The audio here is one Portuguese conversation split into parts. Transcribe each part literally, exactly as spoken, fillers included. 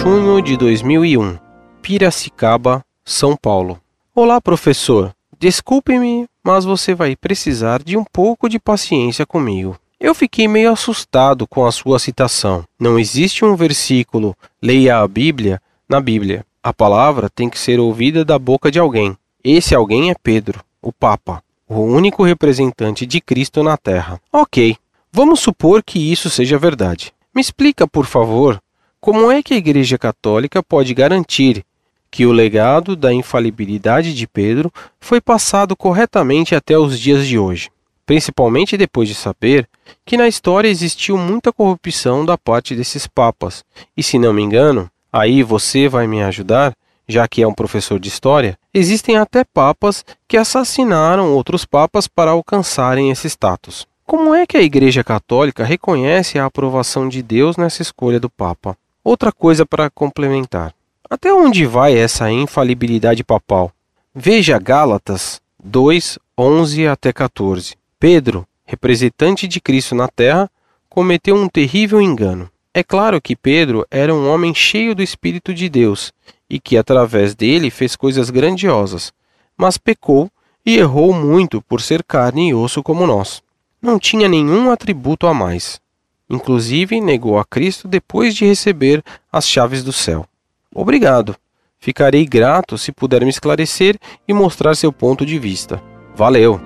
junho de dois mil e um, Piracicaba, São Paulo. Olá, professor. Desculpe-me, mas você vai precisar de um pouco de paciência comigo. Eu fiquei meio assustado com a sua citação. Não existe um versículo, leia a Bíblia, na Bíblia. A palavra tem que ser ouvida da boca de alguém. Esse alguém é Pedro, o Papa, o único representante de Cristo na Terra. Ok, vamos supor que isso seja verdade. Me explica, por favor, como é que a Igreja Católica pode garantir que o legado da infalibilidade de Pedro foi passado corretamente até os dias de hoje, principalmente depois de saber que na história existiu muita corrupção da parte desses papas. E se não me engano, aí você vai me ajudar, já que é um professor de história, existem até papas que assassinaram outros papas para alcançarem esse status. Como é que a Igreja Católica reconhece a aprovação de Deus nessa escolha do Papa? Outra coisa para complementar. Até onde vai essa infalibilidade papal? Veja Gálatas dois, onze até quatorze. Pedro, representante de Cristo na Terra, cometeu um terrível engano. É claro que Pedro era um homem cheio do Espírito de Deus e que através dele fez coisas grandiosas, mas pecou e errou muito por ser carne e osso como nós. Não tinha nenhum atributo a mais. Inclusive, negou a Cristo depois de receber as chaves do céu. Obrigado. Ficarei grato se puder me esclarecer e mostrar seu ponto de vista. Valeu!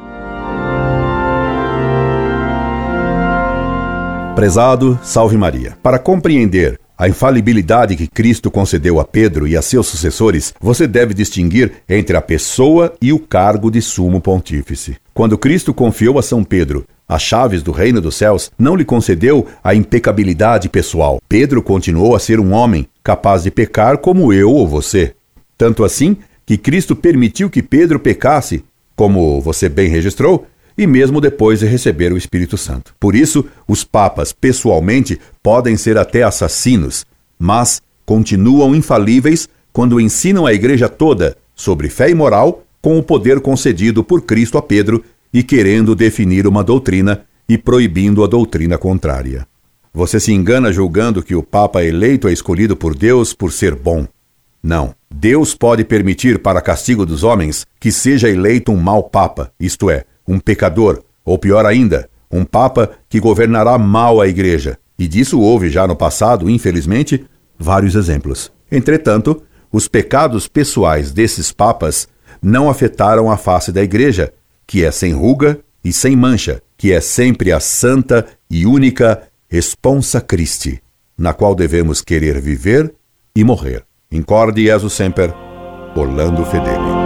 Prezado, salve Maria. Para compreender a infalibilidade que Cristo concedeu a Pedro e a seus sucessores, você deve distinguir entre a pessoa e o cargo de sumo pontífice. Quando Cristo confiou a São Pedro as chaves do reino dos céus, não lhe concedeu a impecabilidade pessoal. Pedro continuou a ser um homem capaz de pecar como eu ou você. Tanto assim que Cristo permitiu que Pedro pecasse, como você bem registrou, e mesmo depois de receber o Espírito Santo. Por isso, os papas, pessoalmente, podem ser até assassinos, mas continuam infalíveis quando ensinam a igreja toda sobre fé e moral com o poder concedido por Cristo a Pedro e querendo definir uma doutrina e proibindo a doutrina contrária. Você se engana julgando que o Papa eleito é escolhido por Deus por ser bom. Não. Deus pode permitir, para castigo dos homens, que seja eleito um mau Papa, isto é, um pecador, ou pior ainda, um Papa que governará mal a Igreja. E disso houve já no passado, infelizmente, vários exemplos. Entretanto, os pecados pessoais desses papas não afetaram a face da Igreja, que é sem ruga e sem mancha, que é sempre a santa e única Responsa Christi, na qual devemos querer viver e morrer. Incorde Jesus Semper, Orlando Fedeli.